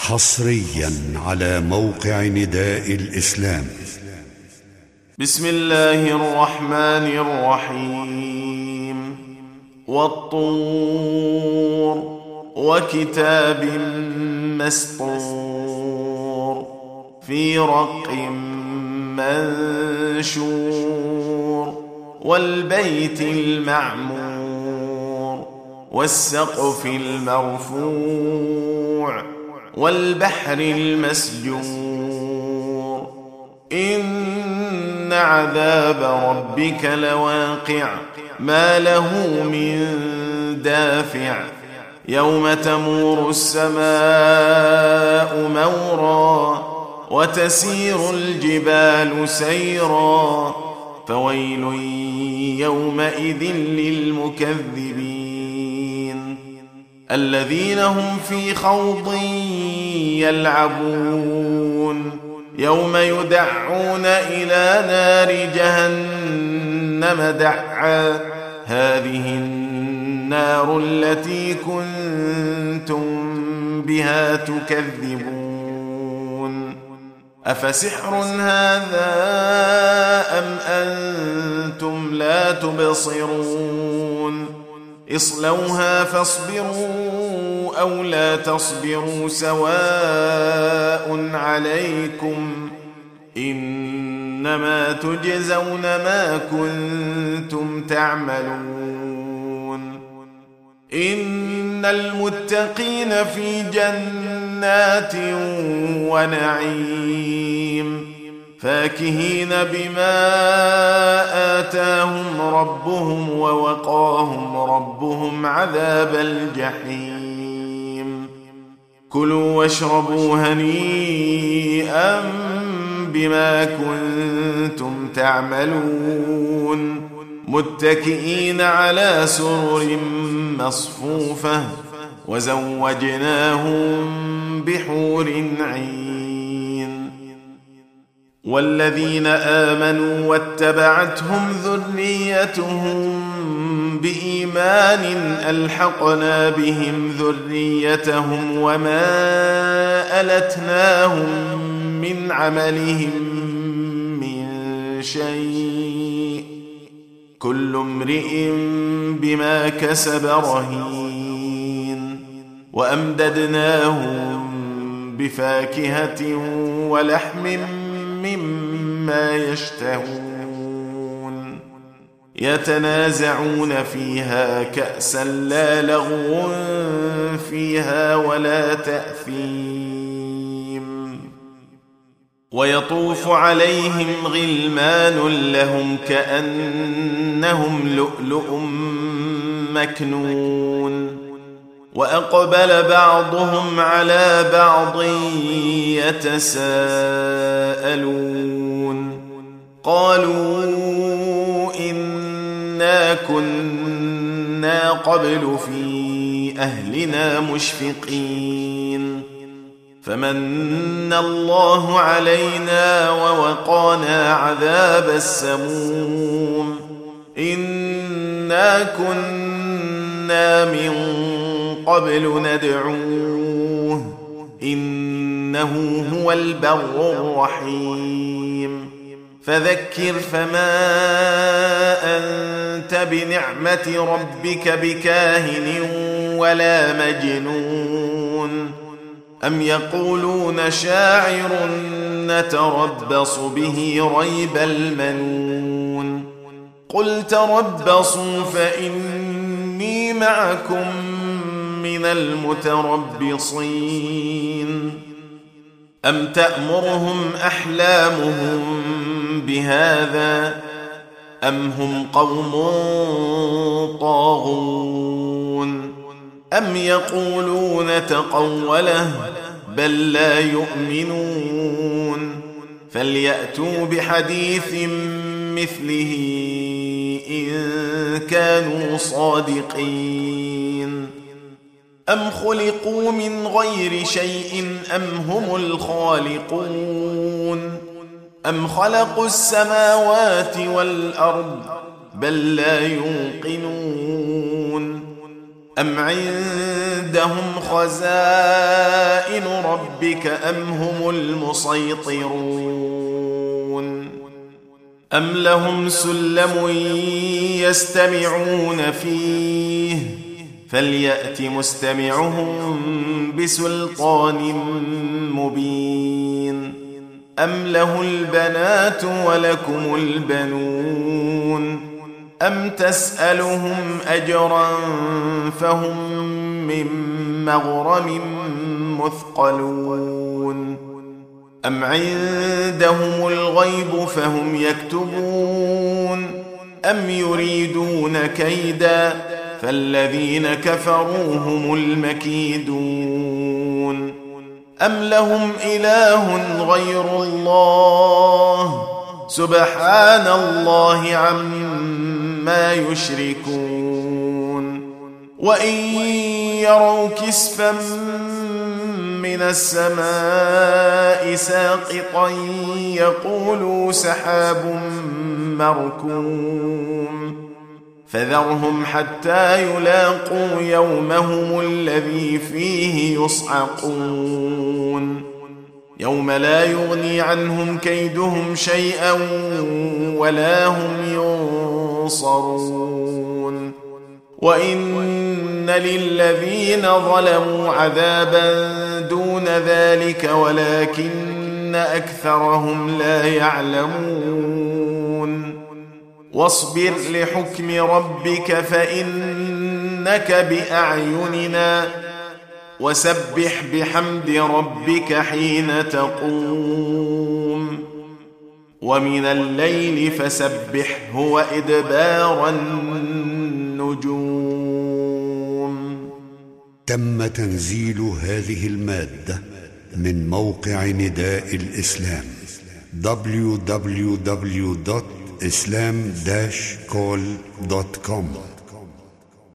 حصريا على موقع نداء الإسلام. بسم الله الرحمن الرحيم. والطور وكتاب مسطور في رق منشور والبيت المعمور والسقف المرفوع والبحر المسجور إن عذاب ربك لواقع ما له من دافع يوم تمور السماء مورا وتسير الجبال سيرا فويل يومئذ للمكذبين الذين هم في خوض يلعبون يوم يدعون إلى نار جهنم دعا هذه النار التي كنتم بها تكذبون أفسحر هذا أم أنتم لا تبصرون اصلوها فاصبروا أو لا تصبروا سواء عليكم إنما تجزون ما كنتم تعملون إن المتقين في جنات ونعيم فاكهين بما آتاهم ربهم ووقاهم ربهم عذاب الجحيم كلوا واشربوا هنيئا بما كنتم تعملون متكئين على سرر مصفوفة وزوجناهم بحور عين والذين آمنوا واتبعتهم ذريتهم بإيمان ألحقنا بهم ذريتهم وما ألتناهم من عملهم من شيء كل امرئ بما كسب رهين وأمددناهم بفاكهة ولحم مما يشتهون يتنازعون فيها كأسا لا لغو فيها ولا تأثيم ويطوف عليهم غلمان لهم كأنهم لؤلؤ مكنون وأقبل بعضهم على بعض يتساءلون قالوا إنا كنا قبل في أهلنا مشفقين فمن الله علينا ووقانا عذاب السموم إنا كنا من قبل ندعوه إنه هو البر الرحيم فذكر فما أنت بنعمة ربك بكاهن ولا مجنون أم يقولون شاعر نتربص به ريب المنون قل تربصوا فإني معكم من المتربصين أم تأمرهم أحلامهم بهذا أم هم قوم طاغون أم يقولون تقوله بل لا يؤمنون فليأتوا بحديث مثله إن كانوا صادقين أم خلقوا من غير شيء أم هم الخالقون أم خلقوا السماوات والأرض بل لا يوقنون أم عندهم خزائن ربك أم هم المسيطرون أم لهم سلم يستمعون فيه فليأت مستمعهم بسلطان مبين أم له البنات ولكم البنون أم تسألهم أجرا فهم من مغرم مثقلون أم عندهم الغيب فهم يكتبون أم يريدون كيدا فالذين كفروا هم المكيدون أم لهم إله غير الله سبحان الله عما يشركون وإن يروا كسفا من السماء ساقطا يقولوا سحاب مركوم فذرهم حتى يلاقوا يومهم الذي فيه يصعقون يوم لا يغني عنهم كيدهم شيئا ولا هم ينصرون وإن للذين ظلموا عذابا دون ذلك ولكن أكثرهم لا يعلمون واصبر لحكم ربك فإنك بأعيننا وسبح بحمد ربك حين تقوم ومن الليل فسبحه وإدبار النجوم. تم تنزيل هذه المادة من موقع نداء الإسلام www.islam-call.com